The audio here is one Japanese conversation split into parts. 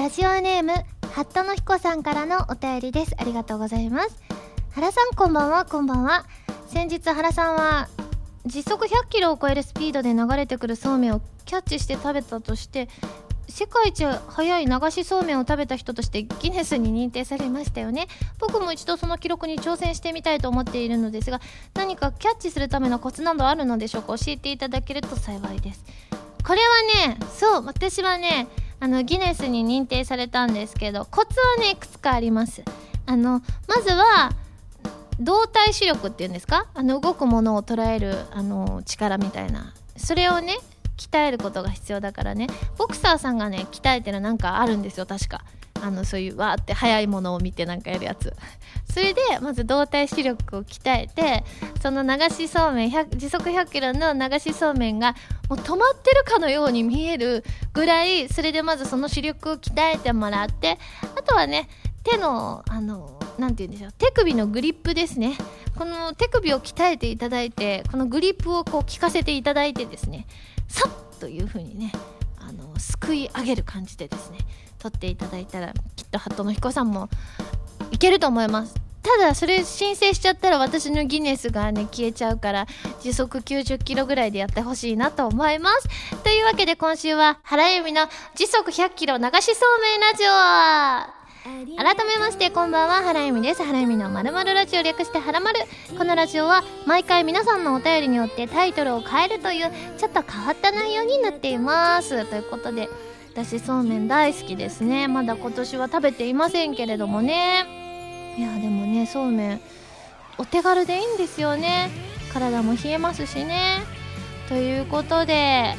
ラジオネームハットのひこさんからのお便りです。ありがとうございます。原さんこんばんは。こんばんは。先日原さんは時速100キロを超えるスピードで流れてくるそうめんをキャッチして食べたとして世界一速い流しそうめんを食べた人としてギネスに認定されましたよね。僕も一度その記録に挑戦してみたいと思っているのですが、何かキャッチするためのコツなどあるのでしょうか。教えていただけると幸いです。これはね、そう私はねギネスに認定されたんですけど、コツはねいくつかあります。まずは動体視力っていうんですか、動くものを捉える力みたいな、それをね鍛えることが必要だからね。ボクサーさんがね鍛えてるなんかあるんですよ確か。そういうわーって速いものを見てなんかやるやつ。それでまず動体視力を鍛えて、その流しそうめん時速100キロの流しそうめんがもう止まってるかのように見えるぐらい、それでまずその視力を鍛えてもらって、あとはね手のなんて言うんでしょう、手首のグリップですね。この手首を鍛えていただいて、このグリップをこう効かせていただいてですね、さっという風にねすくい上げる感じでですね取っていただいたら、きっとハットのひこさんもいけると思います。ただそれ申請しちゃったら私のギネスがね消えちゃうから、時速90キロぐらいでやってほしいなと思います。というわけで今週は原由美の時速100キロ流しそうめんラジオ。改めましてこんばんは、原由美です。原由美のまるまるラジオ、略してはらまる。このラジオは毎回皆さんのお便りによってタイトルを変えるというちょっと変わった内容になっています。ということで私そうめん大好きですね。まだ今年は食べていませんけれどもね。いやでもね、そうめんお手軽でいいんですよね。体も冷えますしね。ということで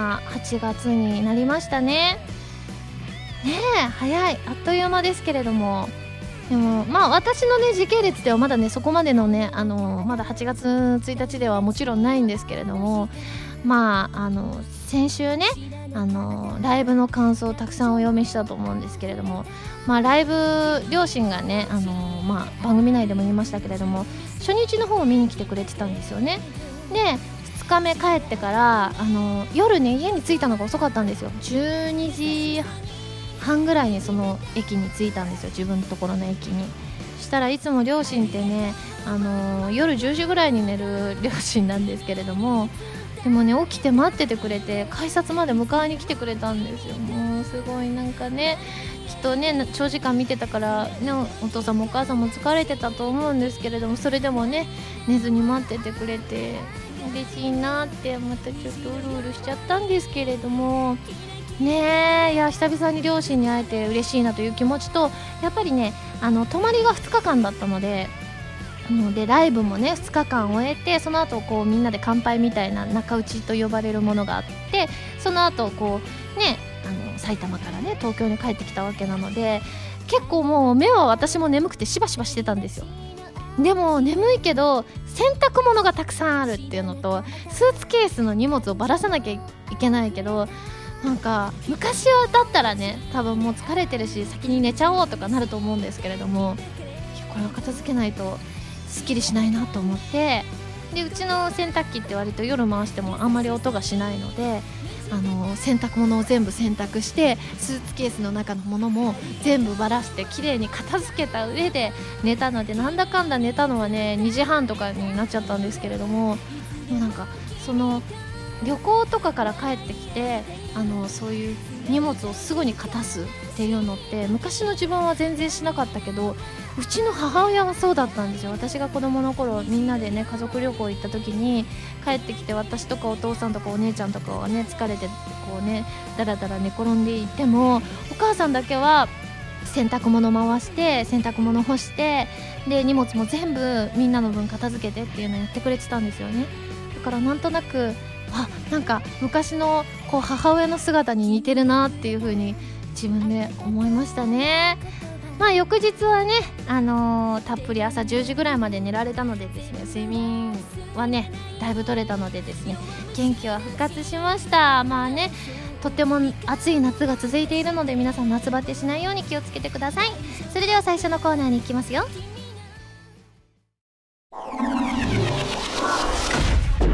8月になりましたね。ねえ早い、あっという間ですけれども、でも私のね時系列ではまだねそこまでのねまだ8月1日ではもちろんないんですけれども、先週ねライブの感想をたくさんお読みしたと思うんですけれども、ライブ両親がね番組内でも言いましたけれども、初日の方を見に来てくれてたんですよね。で2日目帰ってから夜ね家に着いたのが遅かったんですよ。12時半ぐらいにその駅に着いたんですよ、自分のところの駅に。したらいつも両親ってね夜10時ぐらいに寝る両親なんですけれども、でもね起きて待っててくれて、改札まで迎えに来てくれたんですよ。もうすごいなんかね、きっとね長時間見てたからね、お父さんもお母さんも疲れてたと思うんですけれども、それでもね寝ずに待っててくれて嬉しいなって、またちょっとうるうるしちゃったんですけれどもねえ、いや久々に両親に会えて嬉しいなという気持ちと、やっぱりね泊まりが2日間だったのでライブもね2日間終えて、その後こうみんなで乾杯みたいな中打ちと呼ばれるものがあって、その後こうね埼玉からね東京に帰ってきたわけなので、結構もう目は私も眠くてしばしばしてたんですよ。でも眠いけど洗濯物がたくさんあるっていうのと、スーツケースの荷物をばらさなきゃいけないけど、なんか昔はだったらね多分もう疲れてるし先に寝ちゃおうとかなると思うんですけれども、これを片付けないとすっきりしないなと思って、でうちの洗濯機って割と夜回してもあんまり音がしないので洗濯物を全部洗濯して、スーツケースの中のものも全部ばらしてきれいに片付けた上で寝たので、なんだかんだ寝たのはね2時半とかになっちゃったんですけれども、もうなんかその旅行とかから帰ってきてそういう荷物をすぐに片すっていうのって昔の自分は全然しなかったけど、うちの母親はそうだったんですよ。私が子供の頃みんなでね家族旅行行った時に帰ってきて、私とかお父さんとかお姉ちゃんとかはね疲れてこうねだらだら寝転んでいても、お母さんだけは洗濯物回して洗濯物干して、で荷物も全部みんなの分片付けてっていうのをやってくれてたんですよね。だからなんとなくなんか昔のこう母親の姿に似てるなっていう風に自分で思いましたね。翌日はね、たっぷり朝10時ぐらいまで寝られたのでですね、睡眠はねだいぶ取れたのでですね、元気は復活しました。とっても暑い夏が続いているので、皆さん夏バテしないように気をつけてください。それでは最初のコーナーに行きますよ。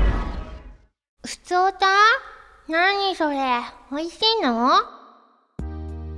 ふつおた？何それ、美味しいの？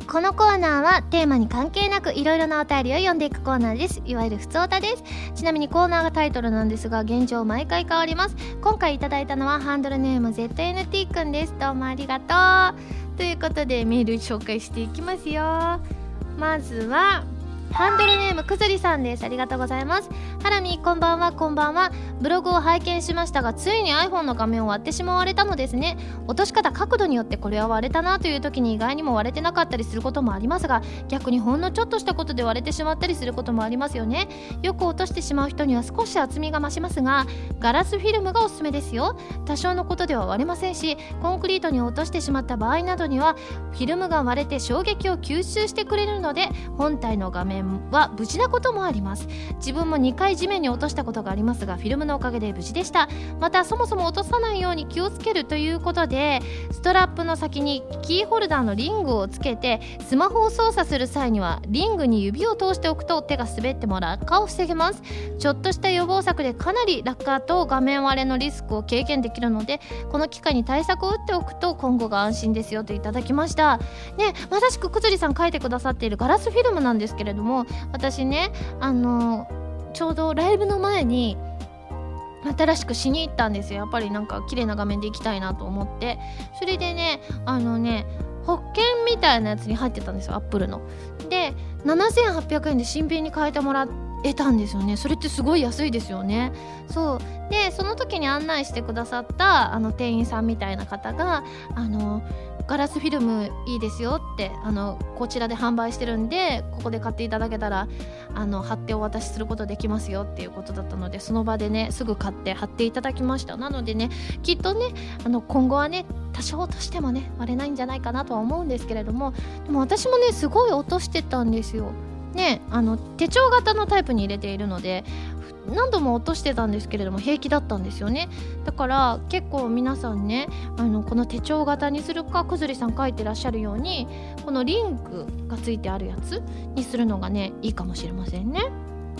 このコーナーはテーマに関係なくいろいろなお便りを読んでいくコーナーです。いわゆるふつおたです。ちなみにコーナーがタイトルなんですが、現状毎回変わります。今回いただいたのはハンドルネーム ZNT くんです。どうもありがとう。ということでメール紹介していきますよ。まずはハンドルネームくずりさんです。ありがとうございます。ハラミこんばんは。こんばんは。ブログを拝見しましたが、ついに iPhone の画面を割ってしまわれたのですね。落とし方角度によってこれは割れたなという時に意外にも割れてなかったりすることもありますが、逆にほんのちょっとしたことで割れてしまったりすることもありますよね。よく落としてしまう人には少し厚みが増しますが、ガラスフィルムがおすすめですよ。多少のことでは割れませんし、コンクリートに落としてしまった場合などにはフィルムが割れて衝撃を吸収してくれるので、本体の画面は無事なこともあります。自分も2回地面に落としたことがありますが、フィルムのおかげで無事でした。またそもそも落とさないように気をつけるということで、ストラップの先にキーホルダーのリングをつけて、スマホを操作する際にはリングに指を通しておくと手が滑っても落下を防げます。ちょっとした予防策でかなり落下と画面割れのリスクを軽減できるので、この機会に対策を打っておくと今後が安心ですよといただきましたね。まさしくくずりさん書いてくださっているガラスフィルムなんですけれども、私ね、ちょうどライブの前に新しくしに行ったんですよ。やっぱりなんか綺麗な画面で行きたいなと思って、それでね、保険みたいなやつに入ってたんですよ、アップルの。で7800円で新品に変えてもらえたんですよね。それってすごい安いですよね。そうで、その時に案内してくださった店員さんみたいな方がガラスフィルムいいですよって、こちらで販売してるんで、ここで買っていただけたら貼ってお渡しすることできますよっていうことだったので、その場でねすぐ買って貼っていただきました。なのでね、きっとね今後はね多少落としてもね割れないんじゃないかなとは思うんですけれども、でも私もねすごい落としてたんですよね。手帳型のタイプに入れているので何度も落としてたんですけれども平気だったんですよね。だから結構皆さんね、この手帳型にするか、くずりさん書いてらっしゃるようにこのリンクがついてあるやつにするのがねいいかもしれませんね。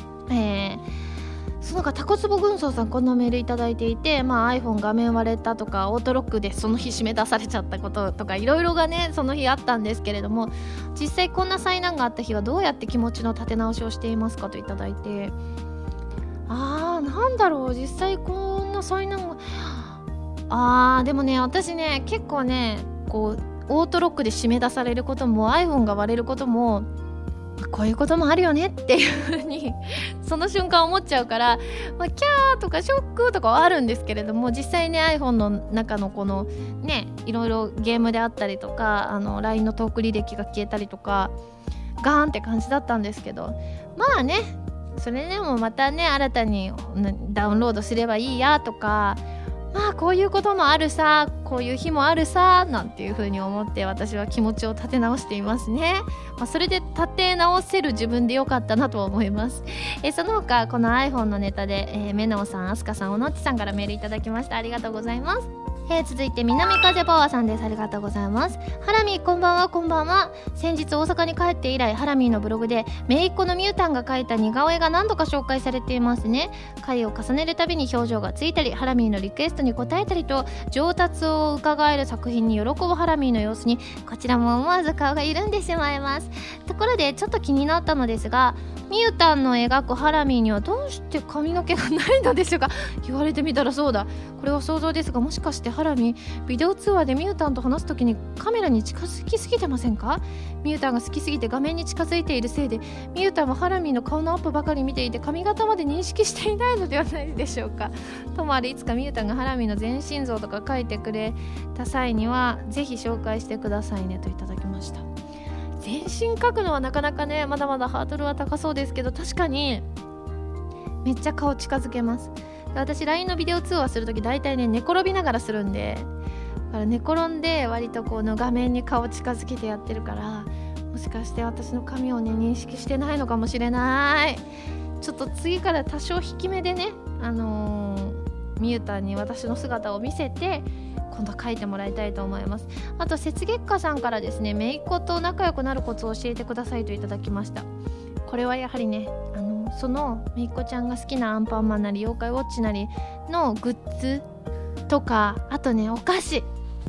その他タコツボ軍曹さん、こんなメールいただいていて、iPhone 画面割れたとか、オートロックでその日締め出されちゃったこととか、いろいろがねその日あったんですけれども、実際こんな災難があった日はどうやって気持ちの立て直しをしていますかといただいて、なんだろう、実際こんな災難がでもね、私ね結構ねこうオートロックで締め出されることも iPhone が割れることも、こういうこともあるよねっていう風にその瞬間思っちゃうから、キャーとかショックとかはあるんですけれども、実際ね iPhone の中のこのねいろいろゲームであったりとかLINE のトーク履歴が消えたりとかガーンって感じだったんですけど、それでもまたね新たにダウンロードすればいいやとか、こういうこともあるさ、こういう日もあるさなんていう風に思って私は気持ちを立て直していますね。それで立て直せる自分でよかったなと思います。その他この iPhone のネタで、メナオさん、アスカさん、おのっちさんからメールいただきました。ありがとうございます。続いて南風パワーさんです。ありがとうございます。ハラミーこんばんは。こんばんは。先日大阪に帰って以来、ハラミーのブログで姪っ子のミュータンが描いた似顔絵が何度か紹介されていますね。回を重ねるたびに表情がついたり、ハラミーのリクエストに応えたりと上達を伺える作品に喜ぶハラミーの様子に、こちらも思わず顔が緩んでしまいます。ところでちょっと気になったのですが、ミュータンの描くハラミーにはどうして髪の毛がないのでしょうか。言われてみたらそうだ。これは想像ですが、もしかしてハラミービデオ通話でミュータンと話すときにカメラに近づきすぎてませんか。ミュータンが好きすぎて画面に近づいているせいで、ミュータンはハラミーの顔のアップばかり見ていて髪型まで認識していないのではないでしょうか。ともあれ、いつかミュータンがハラミーの全身像とか描いてくれた際にはぜひ紹介してくださいねといただきました。全身描くのはなかなかねまだまだハードルは高そうですけど、確かにめっちゃ顔近づけます。私 LINE のビデオ通話するとき大体ね寝転びながらするんで、だから寝転んで割とこの画面に顔近づけてやってるから、もしかして私の髪をね認識してないのかもしれない。ちょっと次から多少引き目でねミュータンに私の姿を見せて今度書いてもらいたいと思います。あと雪月花さんからですね、姪っ子と仲良くなるコツを教えてくださいといただきました。これはやはりねその姪っ子ちゃんが好きなアンパンマンなり妖怪ウォッチなりのグッズとか、あとねお菓子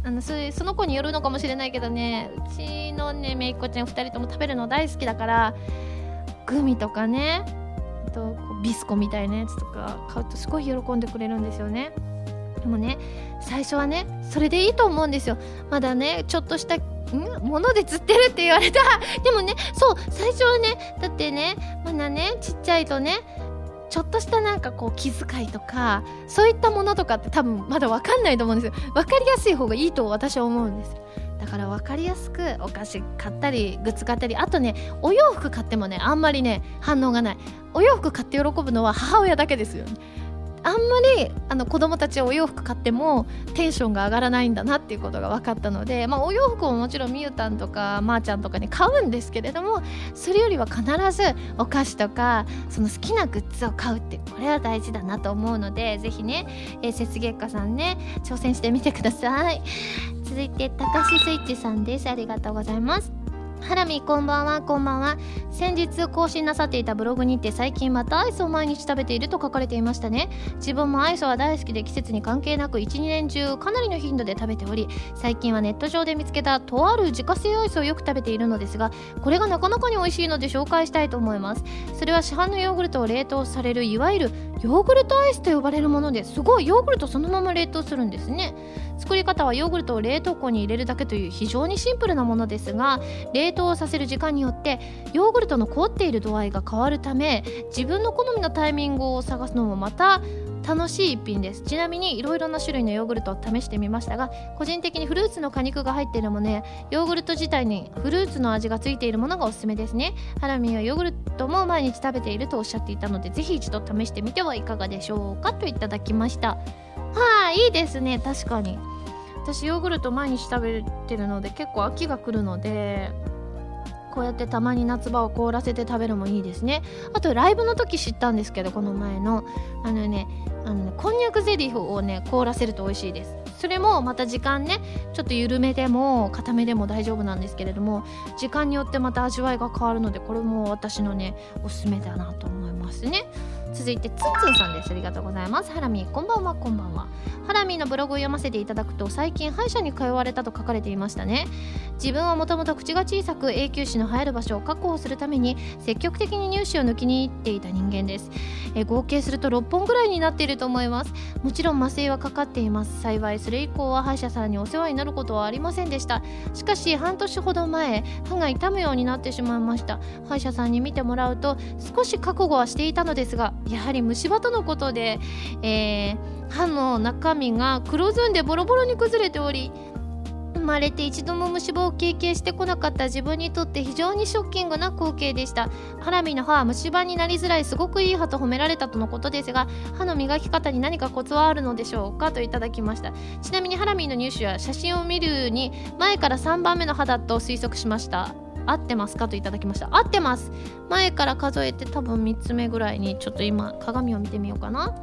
その子によるのかもしれないけどね、うちのねめいっ子ちゃん2人とも食べるの大好きだから、グミとかね、あとビスコみたいなやつとか買うとすごい喜んでくれるんですよね。でもね、最初はねそれでいいと思うんですよ。まだねちょっとしたもので釣ってるって言われたでもね、そう最初はね、だってねまだねちっちゃいとね、ちょっとしたなんかこう気遣いとかそういったものとかって多分まだ分かんないと思うんですよ。分かりやすい方がいいと私は思うんですよ。だから分かりやすくお菓子買ったりグッズ買ったり、あとねお洋服買ってもねあんまりね反応がない。お洋服買って喜ぶのは母親だけですよね。あんまり子供たちはお洋服買ってもテンションが上がらないんだなっていうことが分かったので、お洋服ももちろんみゆたんとかまーちゃんとかに買うんですけれども、それよりは必ずお菓子とかその好きなグッズを買うって、これは大事だなと思うので、ぜひね雪月花さんね挑戦してみてください。続いてたかしスイッチさんです。ありがとうございます。ハラミこんばんは。こんばんは。先日更新なさっていたブログにて、最近またアイスを毎日食べていると書かれていましたね。自分もアイスは大好きで、季節に関係なく 1,2 年中かなりの頻度で食べており、最近はネット上で見つけたとある自家製アイスをよく食べているのですが、これがなかなかに美味しいので紹介したいと思います。それは市販のヨーグルトを冷凍されるいわゆるヨーグルトアイスと呼ばれるものです。すごい、ヨーグルトそのまま冷凍するんですね。作り方はヨーグルトを冷凍庫に入れるだけという非常にシンプルなものですが、冷凍させる時間によってヨーグルトの凍っている度合いが変わるため、自分の好みのタイミングを探すのもまた楽しい一品です。ちなみにいろいろな種類のヨーグルトを試してみましたが、個人的にフルーツの果肉が入っているものやヨーグルト自体にフルーツの味がついているものがおすすめですね。ハラミはヨーグルトも毎日食べているとおっしゃっていたので、ぜひ一度試してみてはいかがでしょうか、といただきました。はい、いいですね。確かに私ヨーグルト毎日食べてるので結構飽きが来るので、こうやってたまに夏場を凍らせて食べるもいいですね。あとライブの時知ったんですけど、この前のこんにゃくゼリーをね凍らせると美味しいです。それもまた時間ね、ちょっと緩めでも固めでも大丈夫なんですけれども、時間によってまた味わいが変わるので、これも私のねおすすめだなと思いますね。続いてつんつんさんです。ありがとうございます。ハラミこんばんは。こんばんは。ハラミのブログを読ませていただくと、最近歯医者に通われたと書かれていましたね。自分はもともと口が小さく、永久歯の生える場所を確保するために積極的に乳歯を抜きに行っていた人間です。合計すると6本ぐらいになっていると思います。もちろん麻酔はかかっています。幸いそれ以降は歯医者さんにお世話になることはありませんでした。しかし半年ほど前、歯が痛むようになってしまいました。歯医者さんに見てもらうと少し覚悟はしていたのですが、やはり虫歯とのことで、歯の中身が黒ずんでボロボロに崩れており、生まれて一度も虫歯を経験してこなかった自分にとって非常にショッキングな光景でした。ハラミの歯は虫歯になりづらいすごくいい歯と褒められたとのことですが、歯の磨き方に何かコツはあるのでしょうか、といただきました。ちなみにハラミの乳歯は写真を見るに前から3番目の歯だと推測しました。合ってますか、といただきました。合ってます。前から数えて多分3つ目ぐらいに、ちょっと今鏡を見てみようかな。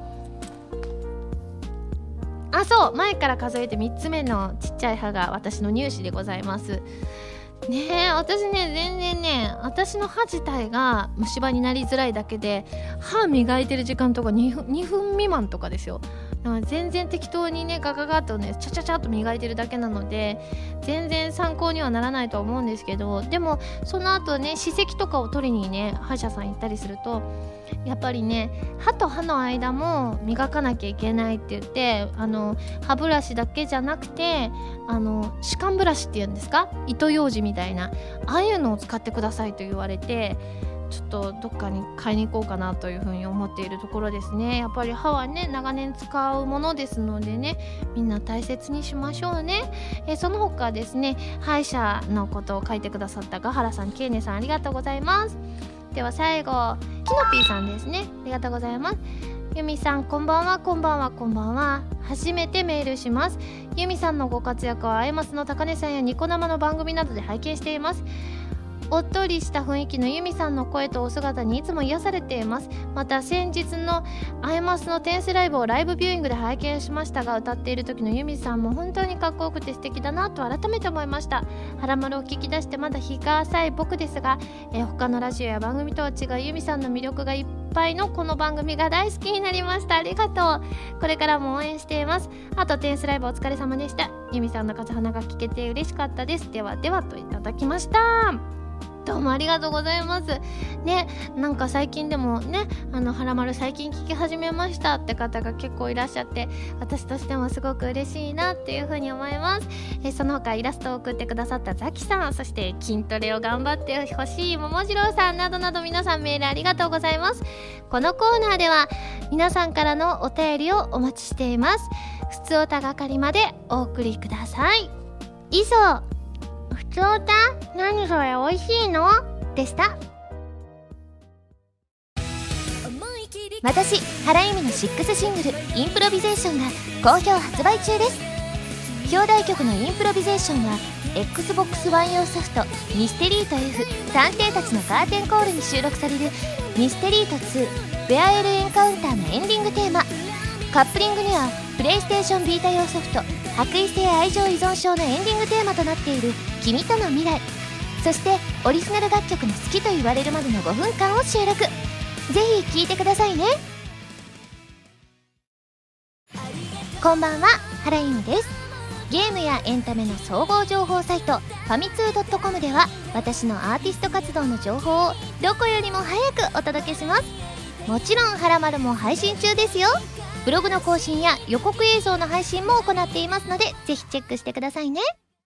そう、前から数えて3つ目のちっちゃい歯が私の乳歯でございますね。私ね、全然ね、私の歯自体が虫歯になりづらいだけで、歯磨いてる時間とか2分未満とかですよ。だから全然適当にねガガガッとねチャチャチャっと磨いてるだけなので、全然参考にはならないとは思うんですけど、でもその後ね歯石とかを取りにね歯医者さん行ったりすると、やっぱりね歯と歯の間も磨かなきゃいけないって言って、歯ブラシだけじゃなくて歯間ブラシっていうんですか、糸ようじみたいなああいうのを使ってくださいと言われて、ちょっとどっかに買いに行こうかなというふうに思っているところですね。やっぱり歯はね長年使うものですのでね、みんな大切にしましょうね。その他ですね、歯医者のことを書いてくださったガハラさん、ケイネさん、ありがとうございます。では最後、キノピーさんですね。ありがとうございます。ユミさんこんばんは。こんばんは。こんばんは。初めてメールします。ユミさんのご活躍はアイマスの高根さんやニコ生の番組などで拝見しています。おっとりした雰囲気のユミさんの声とお姿にいつも癒されています。また先日のアイマスのテンスライブをライブビューイングで拝見しましたが、歌っている時のユミさんも本当にかっこよくて素敵だなと改めて思いました。ハラマルを聞き出してまだ日が浅い僕ですが、他のラジオや番組とは違うユミさんの魅力がいっぱぱいのこの番組が大好きになりました。ありがとう。これからも応援しています。あとテンスライブお疲れ様でした。ゆみさんの風花が聞けて嬉しかったです。ではではといただきました。どうもありがとうございますね。なんか最近でもね、はらまる最近聞き始めましたって方が結構いらっしゃって、私としてもすごく嬉しいなっていう風に思います。その他イラストを送ってくださったザキさん、そして筋トレを頑張ってほしい桃次郎さんなどなど、皆さんメールありがとうございます。このコーナーでは皆さんからのお便りをお待ちしています。ふつおた係までお送りください。以上、ふつおた何それ美味しいのでした。私原由美の6シングルインプロビゼーションが好評発売中です。表題曲のインプロビゼーションは Xbox One 用ソフトミステリート F 探偵たちのカーテンコールに収録されるミステリート2ベアエルエンカウンターのエンディングテーマ。カップリングにはプレイステーションビータ用ソフト白衣性愛情依存症のエンディングテーマとなっている君との未来、そしてオリジナル楽曲の好きと言われるまでの5分間を収録。ぜひ聴いてくださいね。こんばんは、原由美です。ゲームやエンタメの総合情報サイトファミツー .com では私のアーティスト活動の情報をどこよりも早くお届けします。もちろんはらまるも配信中ですよ。ブログの更新や予告映像の配信も行っていますので、ぜひチェックしてくださいね。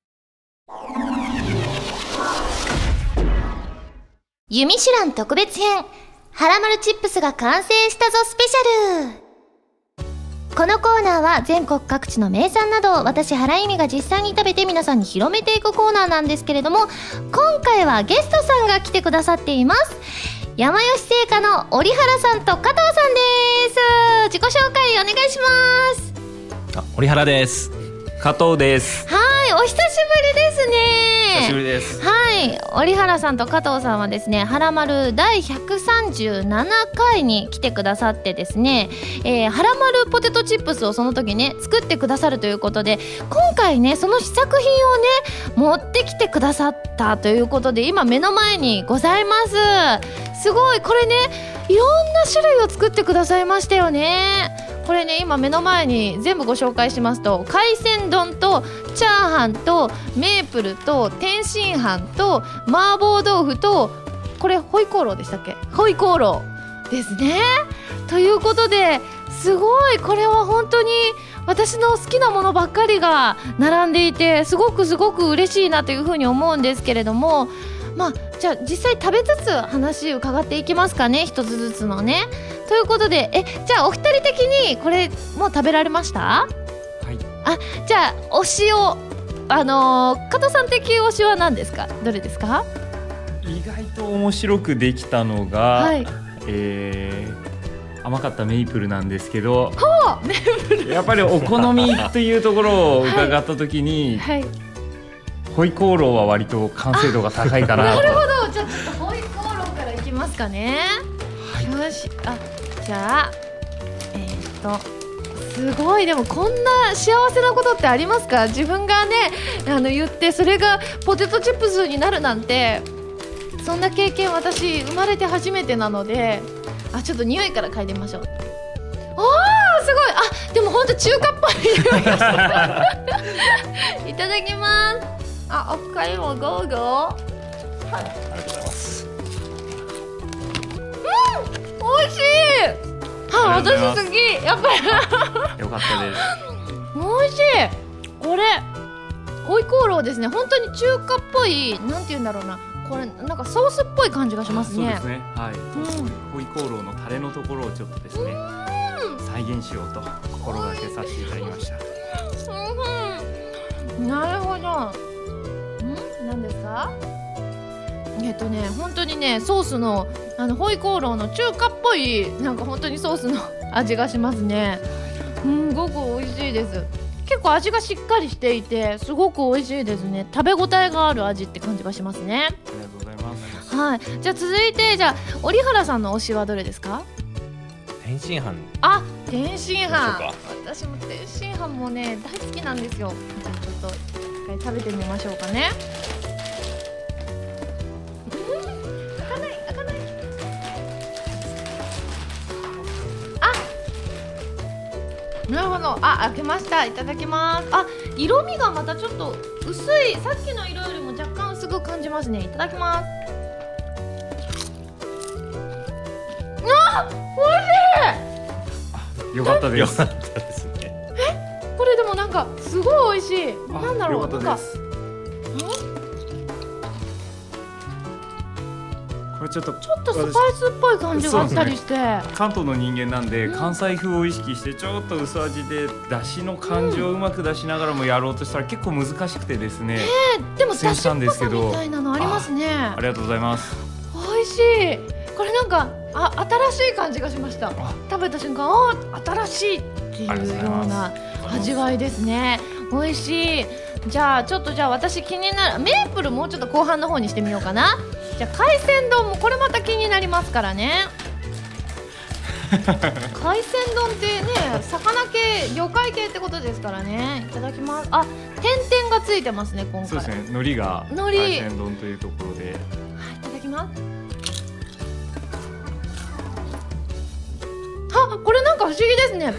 ユミシュラン特別編、はらまるチップスが完成したぞスペシャル。このコーナーは全国各地の名産などを私原由美が実際に食べて皆さんに広めていくコーナーなんですけれども、今回はゲストさんが来てくださっています。山吉製菓の折原さんと加藤さんです。自己紹介お願いします。 折原です。加藤です。 はい、お久しぶりですね。 久しぶりです。 はい、折原さんと加藤さんはですね、はらまる第137回に来てくださってですね、はらまるポテトチップスをその時ね作ってくださるということで、今回ねその試作品をね持ってきてくださったということで、今目の前にございます。すごい、これねいろんな種類を作ってくださいましたよね。これね今目の前に全部ご紹介しますと、海鮮丼とチャーハンとメープルと天津飯と麻婆豆腐と、これホイコーローでしたっけ、ホイコーローですね。ということですごい、これは本当に私の好きなものばっかりが並んでいて、すごく嬉しいなというふうに思うんですけれども、じゃあ実際食べつつ話伺っていきますかね、一つずつのね。ということでじゃあお二人的にこれもう食べられました？ はい。 じゃあ推しを加藤さん的推しは何ですか？どれですか？ 意外と面白くできたのが、 はい、 甘かったメイプルなんですけど、やっぱりお好みというところを伺った時に、はいはい、ホイコーローは割と完成度が高いかなと。 なるほど、じゃあちょっとホイコーローからいきますかね。はい、よし、じゃあすごい、でもこんな幸せなことってありますか？自分がね言ってそれがポテトチップスになるなんて、そんな経験私生まれて初めてなので、ちょっと匂いから嗅いでみましょう。すごい、でもほんと中華っぽい匂いがするいただきます。お二人もゴーゴー。はい、 ありがとうございます。 美味しい。私好き、やっぱりよかったです。 美味しい。これホイコーローですね。本当に中華っぽい、なんて言うんだろうな、これなんかソースっぽい感じがしますね。 そうですね、はい、ホイコーローのタレのところをちょっとですね再現しようと心がけさせていただきました。 なるほど。何ですか？本当にねソースのホイコーローの中華っぽいなんか本当にソースの味がしますね。すごく美味しいです。結構味がしっかりしていてすごく美味しいですね。食べ応えがある味って感じがしますね。 ありがとうございます。 はい、じゃあ続いて折原さんの推しはどれですか？ 天津飯。 天津飯。私も天津飯もね大好きなんですよ。じゃあちょっと一回食べてみましょうかね。開かない。 なるほど。あ、開けました。いただきます。あ、色味がまたちょっと薄い、さっきの色よりも若干薄く感じますね。いただきます。あ、美味しい。 よかったです。 よかったですね。 これでもなんかすごい美味しい。なんだろう。 よかったです。これちょっとスパイスっぽい感じがあったりして、 関東の人間なんで、関西風を意識してちょっと薄味で出汁の感じをうまく出しながらもやろうとしたら結構難しくてですね、 でも出汁っぽさみたいなのありますね。 ありがとうございます。 美味しい。これなんか新しい感じがしました。食べた瞬間、新しいっていうような味わいですね。美味しい。じゃあ私気になるメープルもうちょっと後半の方にしてみようかな。じゃあ海鮮丼もこれまた気になりますからね。海鮮丼ってね、魚系魚介系ってことですからね。いただきます。あ、点々がついてますね今回。 そうですね、海苔が海鮮丼というところで、はい、いただきます。これなんか不思議ですね。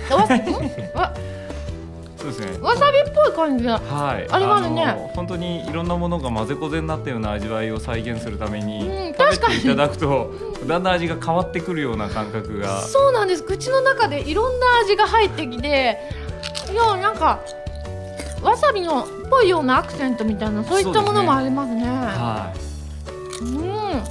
そうですね、 わさびっぽい感じがありますね。 本当にいろんなものが混ぜこぜになったような味わいを再現するために、食べていただくとだんだん味が変わってくるような感覚が。 そうなんです。口の中でいろんな味が入ってきて、いやなんかわさびのっぽいようなアクセントみたいな、そういったものもありますね。はい。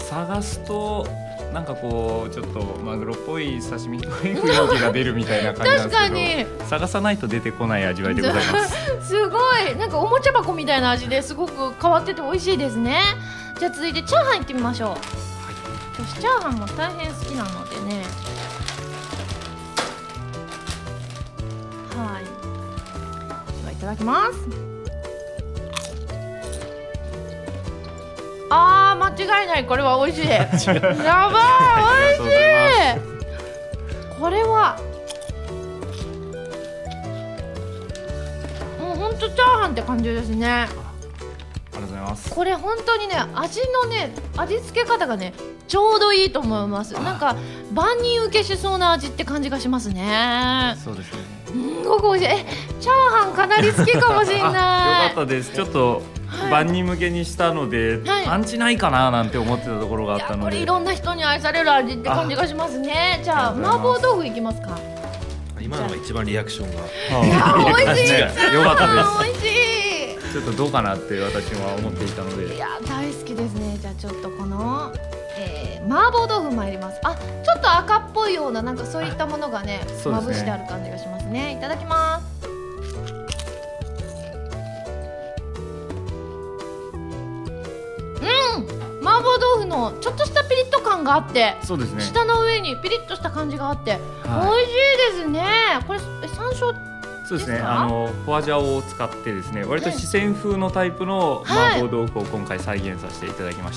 探すとなんかこうちょっとマグロっぽい刺身っぽい雰囲気が出るみたいな感じなんですけど、確かに探さないと出てこない味わいでございますすごいなんかおもちゃ箱みたいな味ですごく変わってて美味しいですね。じゃあ続いてチャーハンいってみましょう。はい、私チャーハンも大変好きなのでね。はい、ではいただきます。間違いない。これは美味しい。やばい、美味しい。これはもうほんとチャーハンって感じですね。 ありがとうございます。 これ本当にね、味付け方がねちょうどいいと思います。なんか万人受けしそうな味って感じがしますね。 そうですね、 すごく美味しい。チャーハンかなり好きかもしれない。よかったです。ちょっと万人向けにしたので、パンチないかななんて思ってたところがあったので、 これいろんな人に愛される味って感じがしますね。じゃあ麻婆豆腐いきますか。 今のが一番リアクションが美味しい。 よかったです。 美味しい。 ちょっとどうかなって私は思っていたので、 いや大好きですね。じゃあちょっとこの、麻婆豆腐参ります。ちょっと赤っぽいようななんかそういったものがねまぶしてある感じがしますね。いただきます。麻婆豆腐のちょっとしたピリッと感があって、 そうですね、 舌の上にピリッとした感じがあって、美味しいですね。これ山椒。 そうですね、フォアジャオを使ってですね、割と四川風のタイプの麻婆豆腐を今回再現させていただきました。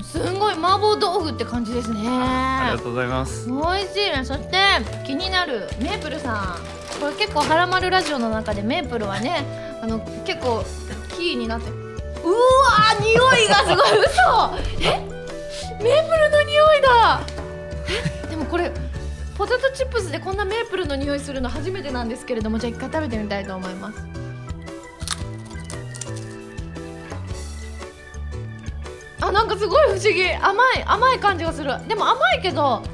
すごい麻婆豆腐って感じですね。 ありがとうございます。 美味しいね。そして気になるメープルさん、これ結構はらまるラジオの中でメープルはね結構キーになってる。うわー、匂いがすごい。嘘。メープルの匂いだ。でもこれポテトチップスでこんなメープルの匂いするの初めてなんですけれども、じゃあ一回食べてみたいと思います。なんかすごい不思議。甘い感じがする。でも甘いけど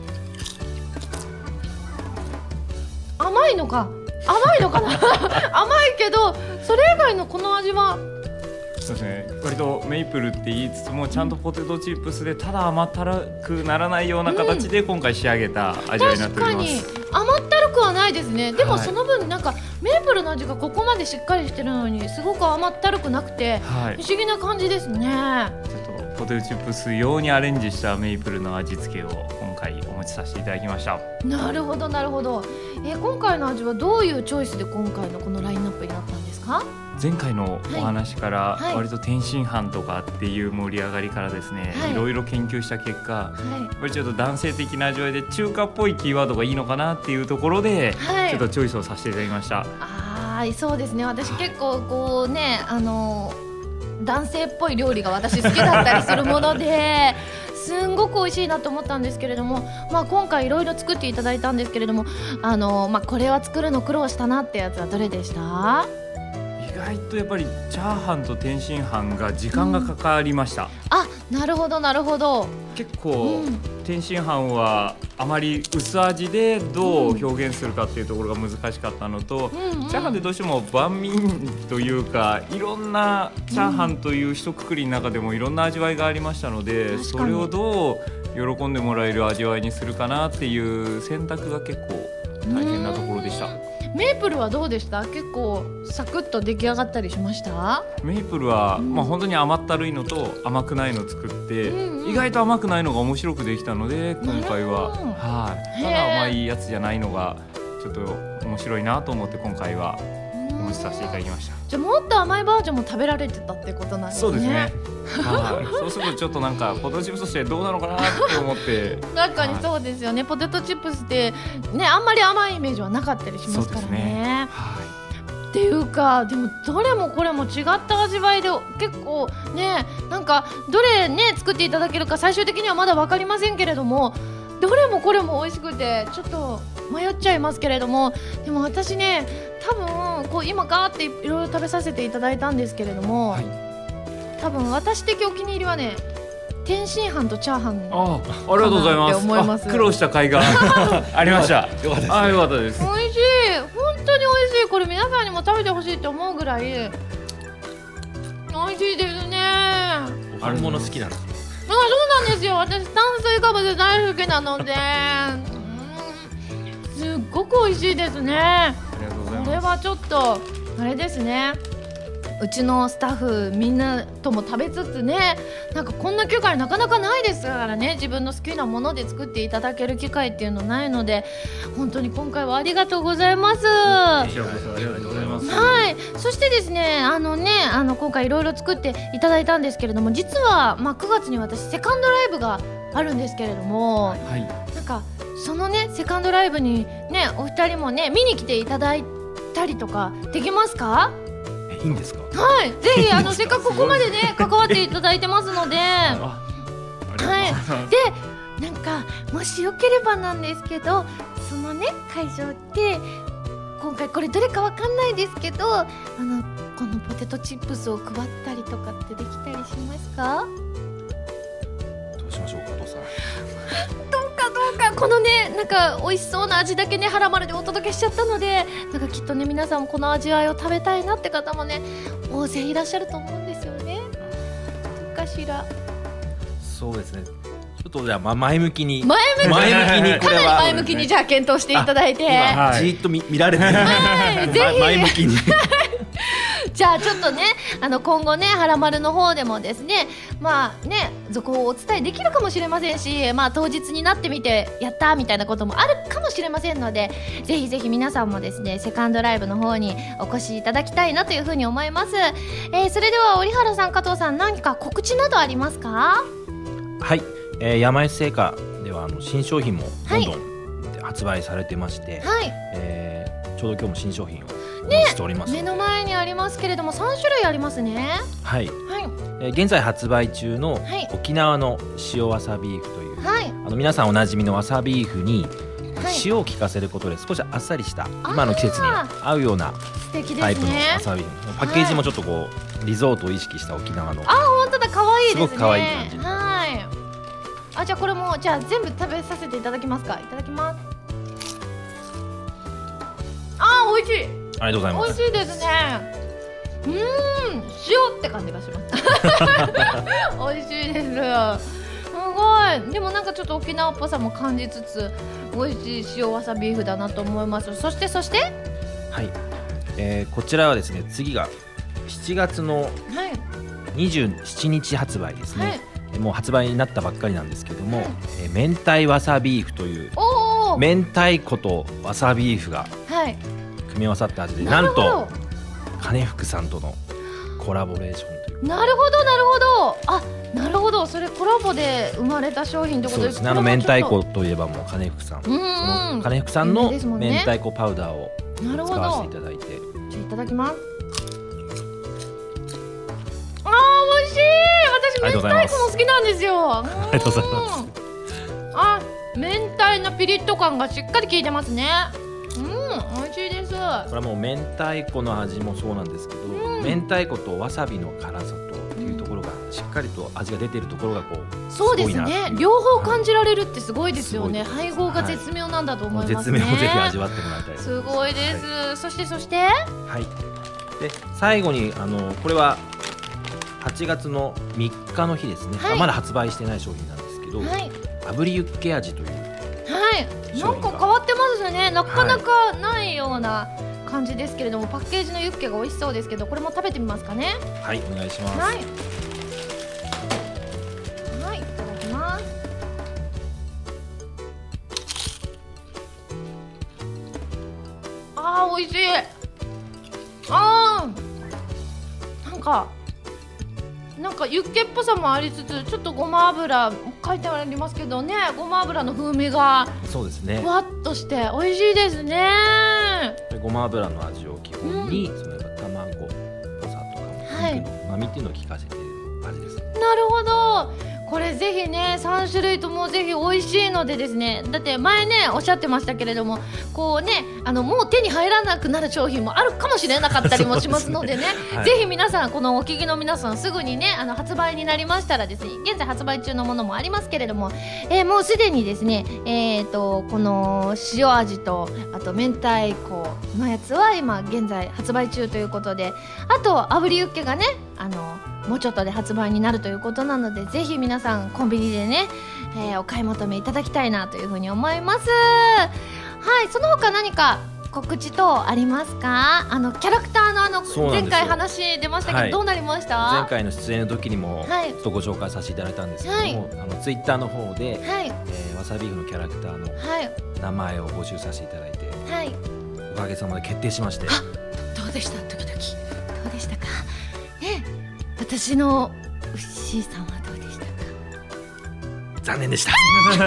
甘いのかな甘いけどそれ以外のこの味はそうですね、割とメイプルって言いつつもちゃんとポテトチップスでただ甘ったるくならないような形で今回仕上げた味わいになっております。 確かに甘ったるくはないですね。でもその分なんかメープルの味がここまでしっかりしてるのにすごく甘ったるくなくて、不思議な感じですね。 ちょっとポテトチップス用にアレンジしたメイプルの味付けを今回お持ちさせていただきました。 なるほどなるほど。今回の味はどういうチョイスで今回のこのラインナップになったんですか？ 前回のお話から割と天津飯とかっていう盛り上がりからですね、いろいろ研究した結果、やっぱりちょっと男性的な味わいで中華っぽいキーワードがいいのかなっていうところで、ちょっとチョイスをさせていただきました。 そうですね。私結構こうね男性っぽい料理が私好きだったりするものですんごく美味しいなと思ったんですけれども、今回いろいろ作っていただいたんですけれども、これは作るの苦労したなってやつはどれでした？ 意外とやっぱりチャーハンと天津飯が時間がかかりました。 なるほどなるほど。 結構、天津飯はあまり薄味でどう表現するかっていうところが難しかったのと、チャーハンってどうしても万民というかいろんなチャーハンという一括りの中でもいろんな味わいがありましたので、それをどう喜んでもらえる味わいにするかなっていう選択が結構大変なところでした。 メープルはどうでした？結構サクッと出来上がったりしました？ メープルは、本当に甘ったるいのと甘くないのを作って、意外と甘くないのが面白くできたので今回は、ただ甘いやつじゃないのがちょっと面白いなと思って今回はお持ちさせていただきました。 じゃあもっと甘いバージョンも食べられてたってことなんですね。 そうですね。そうするとちょっとなんかポテトチップスとしてどうなのかなって思って確かにそうですよね。ポテトチップスってね、あんまり甘いイメージはなかったりしますからね。っていうか、でもどれもこれも違った味わいで結構ね、なんかどれね作っていただけるか最終的にはまだ分かりませんけれども、どれもこれも美味しくてちょっと迷っちゃいますけれども、でも私ね多分こう今ガーっていろいろ食べさせていただいたんですけれども、多分私的お気に入りはね天津飯とチャーハンありがとうございます。苦労した甲斐がありました。よかったです。 美味しい、本当に美味しい。これ皆さんにも食べてほしいって思うぐらい美味しいですね。 あるもの好きなんですよ。 そうなんですよ。私炭水化物大好きなので、すっごく美味しいですね。 ありがとうございます。 これはちょっとあれですね。うちのスタッフみんなとも食べつつね、なんかこんな機会なかなかないですからね、自分の好きなもので作っていただける機会っていうのないので、本当に今回はありがとうございます。 ありがとうございます。 はい、そしてですね、今回いろいろ作っていただいたんですけれども、実は9月に私セカンドライブがあるんですけれども、なんかそのねセカンドライブにねお二人もね見に来ていただいたりとかできますか？ いいんですか？ はい、ぜひせっかくここまでね関わっていただいてますのでで、なんかもしよければなんですけど、そのね会場って今回これどれかわかんないですけど、このポテトチップスを配ったりとかってできたりしますか？ どうしましょうか、お父さん。 どうかこのねなんか美味しそうな味だけねはらまるでお届けしちゃったので、なんかきっとね皆さんもこの味わいを食べたいなって方もね大勢いらっしゃると思うんですよね。どうかしら。 そうですね、ちょっとじゃあ前向きにこれはかなり前向きにじゃあ検討していただいて、 じーっと見られてる、 ぜひ前向きにじゃあちょっとね今後ねはらまるの方でもですね続報をお伝えできるかもしれませんし、当日になってみてやったみたいなこともあるかもしれませんので、ぜひぜひ皆さんもですねセカンドライブの方にお越しいただきたいなというふうに思います。それでは織原さん加藤さん何か告知などありますか？ はい、山井製菓では新商品もどんどん発売されてまして、ちょうど今日も新商品をお持ちしております、 目の前にありますけれども3種類ありますね。 はい、現在発売中の沖縄の塩わさビーフという、皆さんおなじみのわさビーフに塩を効かせることで少しあっさりした今の季節に合うようなタイプのわさビーフ、パッケージもちょっとこうリゾートを意識した沖縄の本当だ、可愛いですね。 すごく可愛い感じ。 じゃあこれも全部食べさせていただきますか。いただきます。美味しい。 ありがとうございます。 美味しいですね。塩って感じがします美味しいです。すごい。でもなんかちょっと沖縄っぽさも感じつつ美味しい塩わさビーフだなと思います。そしてはい、こちらはですね次が7月の27日発売ですね、もう発売になったばっかりなんですけども、明太わさビーフという明太子とわさビーフが組み合わさった味で、なんと金福さんとのコラボレーションという。 なるほど。それコラボで生まれた商品ってことですね。 明太子といえばもう金福さん、その金福さんの明太子パウダーを使わせていただいて、 じゃあいただきます。美味しい。私明太子も好きなんですよ。 ありがとうございます。 あ、明太のピリッと感がしっかり効いてますね。美味しいです。これはもう明太子の味もそうなんですけど、明太子とわさびの辛さとっていうところがしっかりと味が出ているところがこう、 そうですね、両方感じられるってすごいですよね。配合が絶妙なんだと思いますね。 絶妙をぜひ味わってもらいたいです。 すごいです。そしてはい。で最後にこれは8月の3日の日ですね。まだ発売してない商品なんですけど、炙りユッケ味という。 なんか変わってますね。なかなかないような感じですけれども、パッケージのユッケが美味しそうですけど、これも食べてみますかね。 はい、お願いします。 はい、いただきます。美味しい。なんかユッケっぽさもありつつ、ちょっとごま油書いてありますけどね、ごま油の風味がそうですね、 ふわっとして美味しいですね。 ごま油の味を基本に、それから卵、お砂糖とかもうまみっていうのを効かせている味ですね。 なるほど。これぜひね、3種類ともぜひ美味しいのでですね、だって前ねおっしゃってましたけれども、こうね、もう手に入らなくなる商品もあるかもしれなかったりもしますのでねぜひ皆さん、このお聞きの皆さん、すぐにね発売になりましたらですね、現在発売中のものもありますけれども、もうすでにですね、この塩味とあと明太子のやつは今現在発売中ということで、あと炙りユッケがねもうちょっとで発売になるということなので、ぜひ皆さんコンビニでね、お買い求めいただきたいなというふうに思います。はい、その他何か告知等ありますか？キャラクターの前回話出ましたけど、どうなりました？ 前回の出演の時にもちょっとご紹介させていただいたんですけども、ツイッターの方で、わさビーフのキャラクターの名前を募集させていただいて、おかげさまで決定しまして。どうでした？時々どうでしたかね。私のウッシーさんはどうでしたか？ 残念でした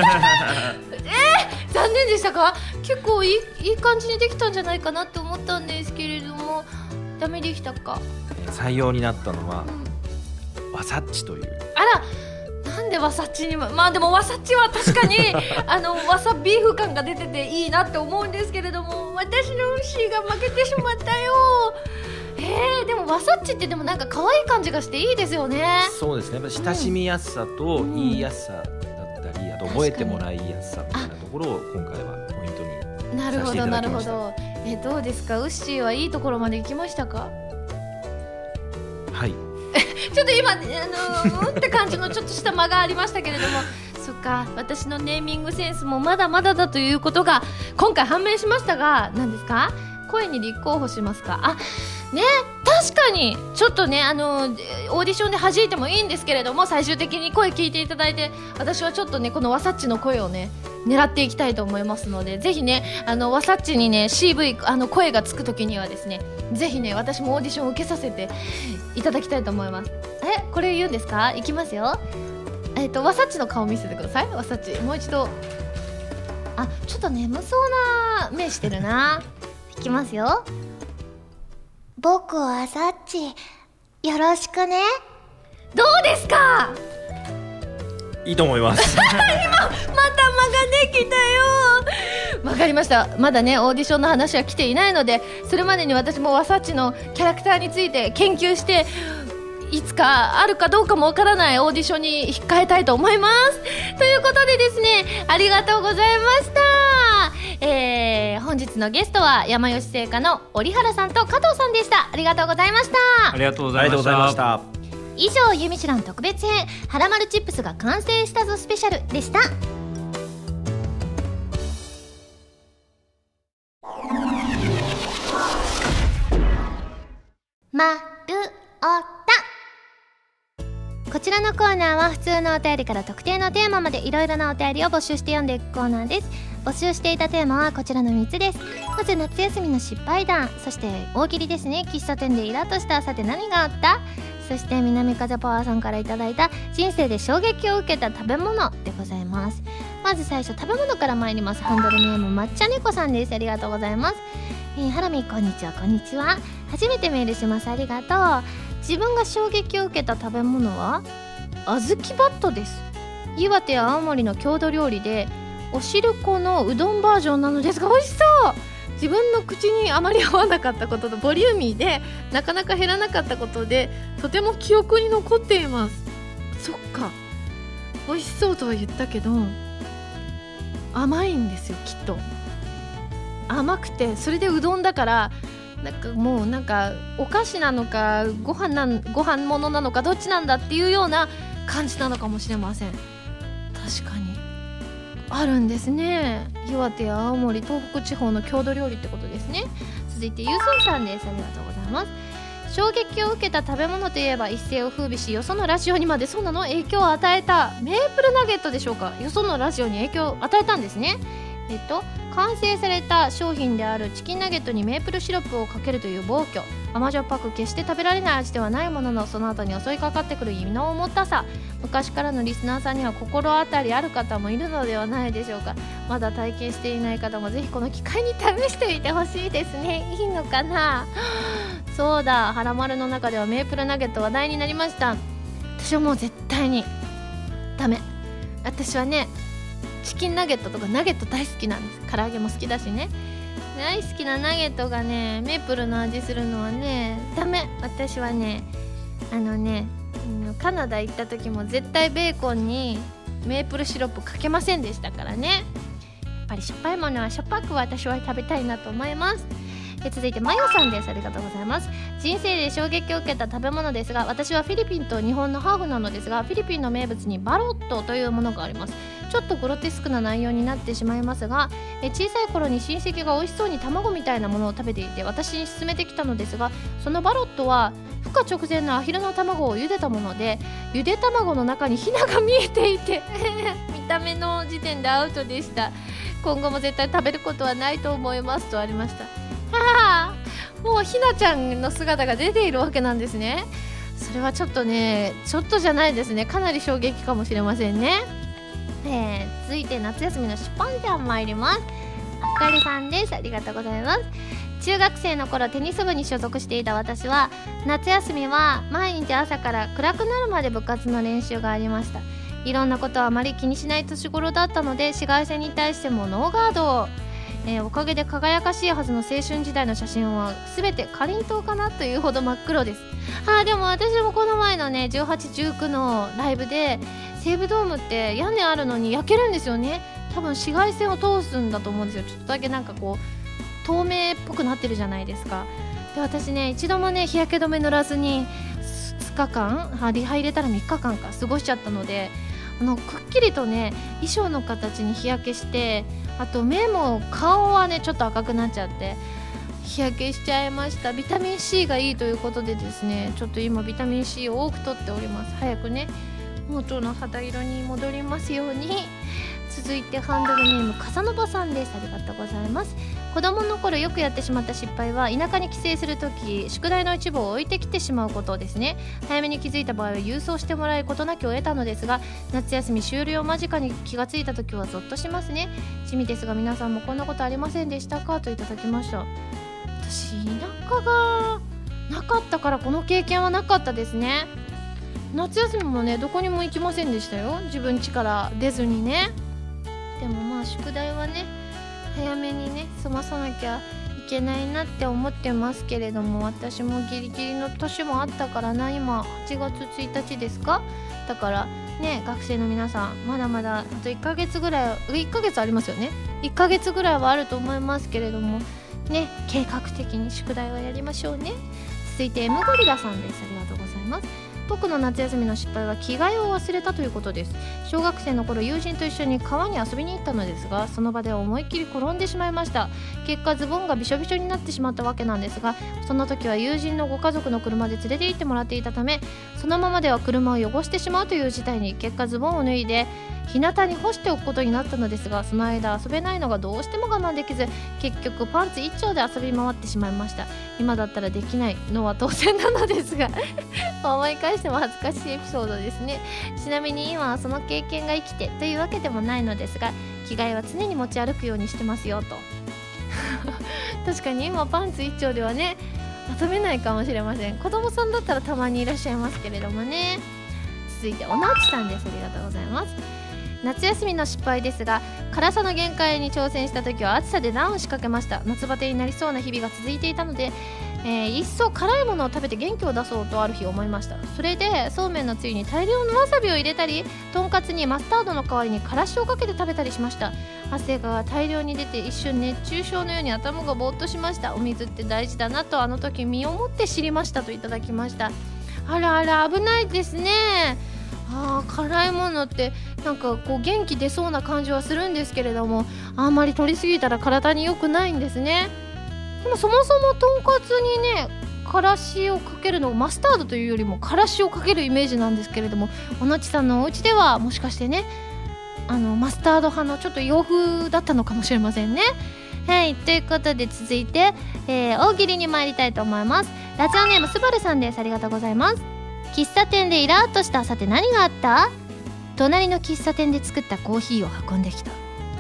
残念でしたか？結構いい感じにできたんじゃないかなって思ったんですけれども、ダメでしたか？ 採用になったのは、わさっちという。 あら、なんでわさっちにも、でもわさっちは確かにわさビーフ感が出てていいなって思うんですけれども、私のウッシーが負けてしまったよ。でもわさっちってでもなんか可愛い感じがしていいですよね。 そうですね、やっぱ親しみやすさと言いやすさだったり、あと覚えてもらいやすさみたいなところを今回はポイントにさせていただきました。なるほどなるほど。 どうですか、ウッシーはいいところまで行きましたか？ はいちょっと今って感じのちょっとした間がありましたけれどもそっか、私のネーミングセンスもまだまだだということが今回判明しましたが、何ですか？声に立候補しますか？ね、確かにちょっとねオーディションで弾いてもいいんですけれども、最終的に声聞いていただいて、私はちょっとねこのわさっちの声をね狙っていきたいと思いますので、ぜひねわさっちにね CV 声がつく時にはですね、ぜひね私もオーディションを受けさせていただきたいと思います。これ言うんですか？いきますよ。わさっちの顔見せてください。わさっちもう一度。ちょっと眠そうな目してるな。いきますよ。僕はさっち、よろしくね。どうですか？ いいと思います今また間ができたよ。わかりました。まだねオーディションの話は来ていないので、それまでに私もわさっちのキャラクターについて研究して、いつかあるかどうかもわからないオーディションに控えたいと思います。ということでですね、ありがとうございました。本日のゲストは山吉製菓の折原さんと加藤さんでした。ありがとうございました。 ありがとうございました。 以上、ゆみしらん特別編はらまるチップスが完成したぞスペシャルでした。まるおた。こちらのコーナーは普通のお便りから特定のテーマまでいろいろなお便りを募集して読んでいくコーナーです。募集していたテーマはこちらの3つです。まず夏休みの失敗談、そして大喜利ですね、喫茶店でイラッとしたさて何があった、そして南風パワーさんからいただいた人生で衝撃を受けた食べ物でございます。まず最初食べ物から参ります。ハンドルネーム抹茶猫さんです。ありがとうございます。ハラミこんにちは。こんにちは。初めてメールします。ありがとう。自分が衝撃を受けた食べ物は小豆バットです。岩手や青森の郷土料理でお汁粉のうどんバージョンなのですが美味しそう。自分の口にあまり合わなかったこととボリューミーでなかなか減らなかったことでとても記憶に残っています。そっか、美味しそうとは言ったけど甘いんですよ。きっと甘くて、それでうどんだからなんかもうなんかお菓子なのかご飯ものなのかどっちなんだっていうような感じなのかもしれません。確かにあるんですね。岩手や青森、東北地方の郷土料理ってことですね。続いてゆうすいさんです。ありがとうございます。衝撃を受けた食べ物といえば一世を風靡し、よそのラジオにまでそんなの影響を与えたメープルナゲットでしょうか。よそのラジオに影響を与えたんですね。完成された商品であるチキンナゲットにメープルシロップをかけるという暴挙。甘じょっぱく決して食べられない味ではないものの、その後に襲いかかってくる意味の重たさ。昔からのリスナーさんには心当たりある方もいるのではないでしょうか。まだ体験していない方もぜひこの機会に試してみてほしいですね。いいのかな。そうだ、はらまるの中ではメープルナゲット話題になりました。私はもう絶対にダメ。私はねチキンナゲットとかナゲット大好きなんです。唐揚げも好きだしね。大好きなナゲットがねメープルの味するのはねダメ。私はねカナダ行った時も絶対ベーコンにメープルシロップかけませんでしたからね。やっぱりしょっぱいものはしょっぱく私は食べたいなと思います。続いてマヨさんです。ありがとうございます。人生で衝撃を受けた食べ物ですが、私はフィリピンと日本のハーフなのですが、フィリピンの名物にバロットというものがあります。ちょっとグロテスクな内容になってしまいますが、小さい頃に親戚が美味しそうに卵みたいなものを食べていて私に勧めてきたのですが、そのバロットは孵化直前のアヒルの卵を茹でたもので、ゆで卵の中にヒナが見えていて見た目の時点でアウトでした。今後も絶対食べることはないと思いますとありました。もうひなちゃんの姿が出ているわけなんですね。それはちょっとじゃないですね。かなり衝撃かもしれませんね。続いて夏休みのしっぽんちゃん参ります。あかりさんです。ありがとうございます。中学生の頃テニス部に所属していた私は、夏休みは毎日朝から暗くなるまで部活の練習がありました。いろんなことはあまり気にしない年頃だったので、紫外線に対してもノーガード。おかげで輝かしいはずの青春時代の写真は全てかりんとうかなというほど真っ黒です。でも私もこの前のね18、19のライブで西武ドームって屋根あるのに焼けるんですよね。多分紫外線を通すんだと思うんですよ。ちょっとだけなんかこう透明っぽくなってるじゃないですか。で私ね一度もね日焼け止め塗らずに2日間リハ入れたら3日間か過ごしちゃったので、くっきりとね衣装の形に日焼けして、あと目も顔はねちょっと赤くなっちゃって日焼けしちゃいました。ビタミン C がいいということでですね、ちょっと今ビタミン C を多く取っております。早くね元の肌色に戻りますように。続いてハンドルネームカサノバさんです。ありがとうございます。子供の頃よくやってしまった失敗は、田舎に帰省するとき宿題の一部を置いてきてしまうことですね。早めに気づいた場合は郵送してもらえることなきを得たのですが、夏休み終了間近に気がついたときはゾッとしますね。地味ですが皆さんもこんなことありませんでしたか、といただきました。私田舎がなかったからこの経験はなかったですね。夏休みもねどこにも行きませんでしたよ。自分家から出ずにね。でもまあ宿題はね早めにね済まさなきゃいけないなって思ってますけれども、私もギリギリの年もあったからな。今8月1日ですか。だからね学生の皆さんまだまだあと1ヶ月ぐらい1ヶ月ありますよね。1ヶ月ぐらいはあると思いますけれどもね、計画的に宿題はやりましょうね。続いて M ゴリラさんです。ありがとうございます。僕の夏休みの失敗は着替えを忘れたということです。小学生の頃友人と一緒に川に遊びに行ったのですが、その場で思いっきり転んでしまいました。結果ズボンがびしょびしょになってしまったわけなんですが、その時は友人のご家族の車で連れて行ってもらっていたため、そのままでは車を汚してしまうという事態に、結果ズボンを脱いで日向に干しておくことになったのですが、その間遊べないのがどうしても我慢できず、結局パンツ一丁で遊び回ってしまいました。今だったらできないのは当然なのですが思い返しても恥ずかしいエピソードですね。ちなみに今はその経験が生きてというわけでもないのですが、着替えは常に持ち歩くようにしてますよと確かに今パンツ一丁ではね遊べないかもしれません。子供さんだったらたまにいらっしゃいますけれどもね。 続いておなちさんです。ありがとうございます。夏休みの失敗ですが、辛さの限界に挑戦した時は暑さでダウンしかけました。夏バテになりそうな日々が続いていたので、一層辛いものを食べて元気を出そうとある日思いました。それでそうめんのつゆに大量のわさびを入れたり、とんかつにマスタードの代わりにからしをかけて食べたりしました。汗が大量に出て一瞬熱中症のように頭がぼーっとしました。お水って大事だなとあの時身をもって知りましたといただきました。あらあら、危ないですね。辛いものってなんかこう元気出そうな感じはするんですけれども、あんまり取りすぎたら体に良くないんですね。でもそもそもとんかつにねからしをかけるの、マスタードというよりもからしをかけるイメージなんですけれども、おのちさんのお家ではもしかしてねマスタード派のちょっと洋風だったのかもしれませんね。はい、ということで続いて、大喜利に参りたいと思います。ラジオネームすばるさんです。ありがとうございます。喫茶店でイラッとした朝って何があった？隣の喫茶店で作ったコーヒーを運んできた。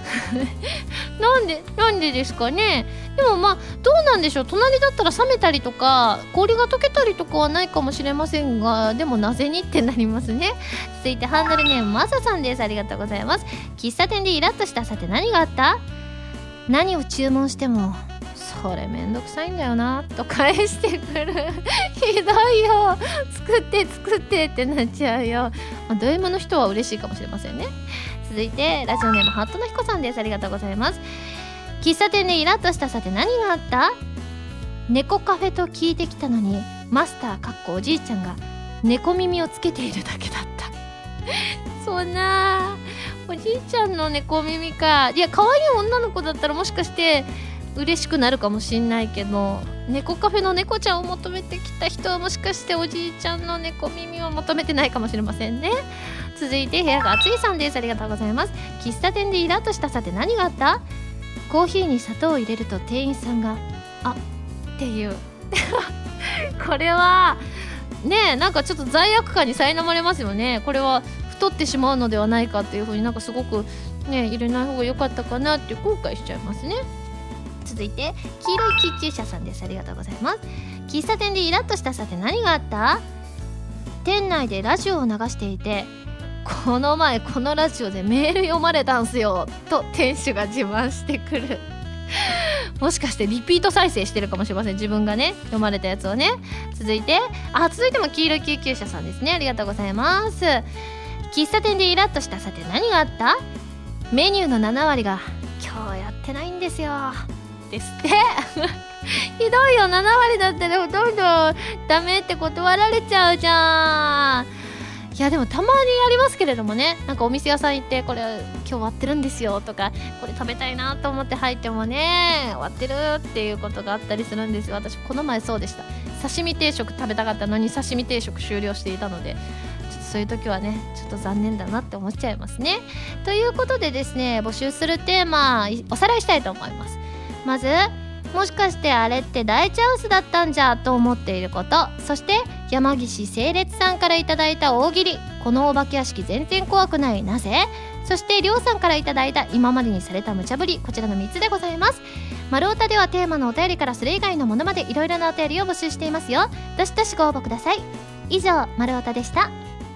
なんでですかね。でもまあどうなんでしょう。隣だったら冷めたりとか氷が溶けたりとかはないかもしれませんが、でもなぜにってなりますね。続いてハンドルネームまささんです。ありがとうございます。喫茶店でイラッとした朝って何があった？何を注文してもそれめんどくさいんだよなと返してくる。ひどいよ、作ってってなっちゃうよ。ド M の人は嬉しいかもしれませんね。続いてラジオネームハットのひこさんです。ありがとうございます。喫茶店でイラッとしたさて何があった？猫カフェと聞いてきたのにマスターかっこおじいちゃんが猫耳をつけているだけだった。そんなおじいちゃんの猫耳か。いや可愛い女の子だったらもしかして嬉しくなるかもしんないけど、猫カフェの猫ちゃんを求めてきた人はもしかしておじいちゃんの猫耳を求めてないかもしれませんね。続いて部屋が暑いさんです。ありがとうございます。喫茶店でイラッとしたさて何があった？コーヒーに砂糖を入れると店員さんがっていうこれはね、なんかちょっと罪悪感に苛まれますよね。これは太ってしまうのではないかっていう風になんかすごくね入れない方が良かったかなって後悔しちゃいますね。続いて黄色いキッチュー車さんです。ありがとうございます。喫茶店でイラッとしたさて何があった？店内でラジオを流していて、この前このラジオでメール読まれたんすよと店主が自慢してくる。もしかしてリピート再生してるかもしれません、自分がね読まれたやつをね。続いても黄色い救急車さんですね。ありがとうございます。喫茶店でイラッとしたさて何があった？メニューの7割が今日やってないんですよですって。ひどいよ、7割だってでもどんどんダメって断られちゃうじゃん。いやでもたまにありますけれどもね、なんかお店屋さん行ってこれ今日割ってるんですよとか、これ食べたいなと思って入ってもね割ってるっていうことがあったりするんですよ。私この前そうでした。刺身定食食べたかったのに刺身定食終了していたので、ちょっとそういう時はねちょっと残念だなって思っちゃいますね。ということでですね、募集するテーマおさらいしたいと思います。まず、もしかしてあれって大チャンスだったんじゃと思っていること、そして山岸整列さんからいただいた大喜利、このお化け屋敷全然怖くないなぜ、そしてりょうさんからいただいた今までにされた無茶ぶり、こちらの3つでございます。丸太ではテーマのお便りからそれ以外のものまでいろいろなお便りを募集していますよ。どしどしご応募ください。以上、丸太でした。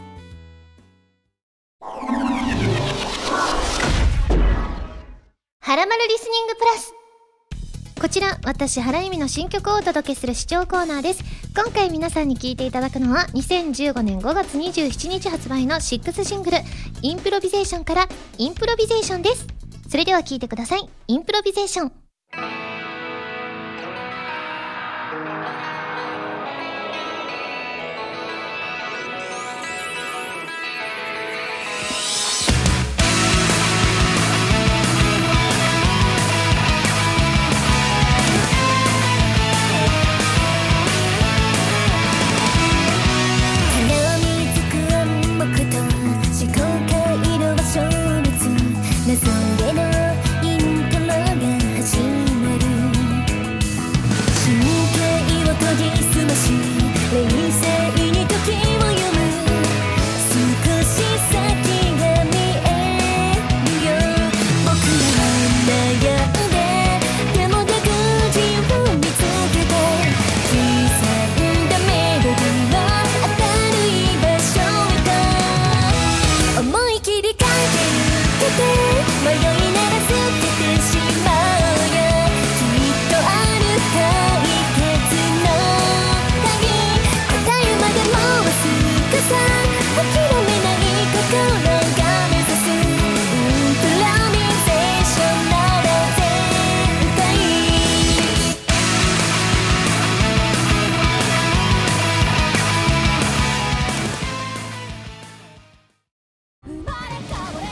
はらまるリスニングプラス、こちら私原由美の新曲をお届けする視聴コーナーです。今回皆さんに聴いていただくのは2015年5月27日発売の6シングルインプロビゼーションからインプロビゼーションです。それでは聴いてください。インプロビゼーション。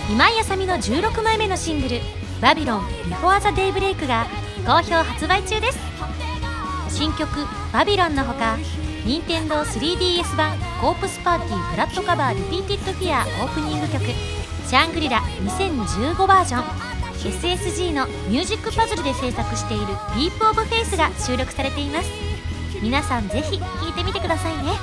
今井あさみの16枚目のシングル「バビロン Before the Daybreak」が好評発売中です。新曲「バビロン」のほか、任天堂 3DS 版コープスパーティーフラットカバーリピーティッドフィアオープニング曲「シャングリラ2015バージョン」、 SSG のミュージックパズルで制作している「ディープオブフェイス」が収録されています。皆さんぜひ聴いてみてくださいね。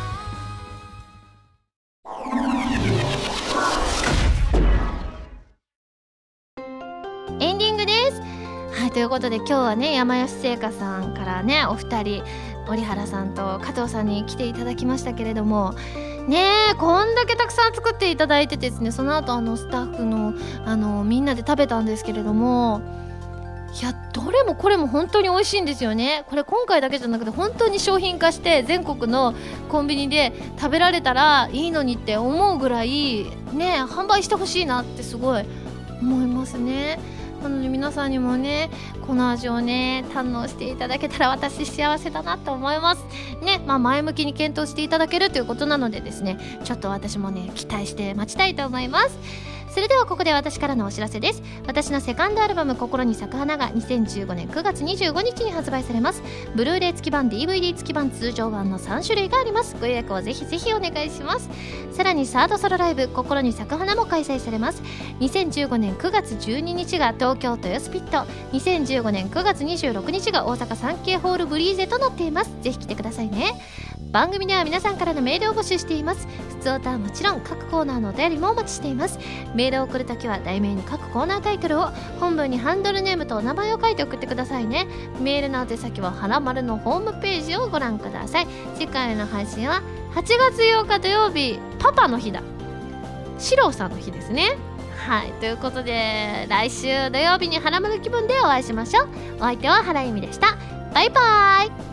エンディングです。はい、ということで今日はね、山吉製菓さんからね、お二人折原さんと加藤さんに来ていただきましたけれどもね、こんだけたくさん作っていただいてですね、その後スタッフのみんなで食べたんですけれども、いやどれもこれも本当に美味しいんですよね。これ今回だけじゃなくて本当に商品化して全国のコンビニで食べられたらいいのにって思うぐらいね、販売してほしいなってすごい思いますね。なので皆さんにもね、この味をね堪能していただけたら私幸せだなと思いますね。前向きに検討していただけるということなのでですね、ちょっと私もね期待して待ちたいと思います。それではここで私からのお知らせです。私のセカンドアルバム心に咲く花が2015年9月25日に発売されます。ブルーレイ付き版、 DVD 付き版、通常版の3種類があります。ご予約をぜひぜひお願いします。さらにサードソロライブ心に咲く花も開催されます。2015年9月12日が東京豊洲ピット、2015年9月26日が大阪サンケイホールブリーゼとなっています。ぜひ来てくださいね。番組では皆さんからのメールを募集しています。普通歌はもちろん各コーナーのお便りもお待ちしています。メールを送るときは題名に各コーナータイトルを、本文にハンドルネームとお名前を書いて送ってくださいね。メールの宛先ははらまるのホームページをご覧ください。次回の配信は8月8日土曜日、パパの日だ、四郎さんの日ですね。はい、ということで来週土曜日にはらまる気分でお会いしましょう。お相手は原由美でした。バイバーイ。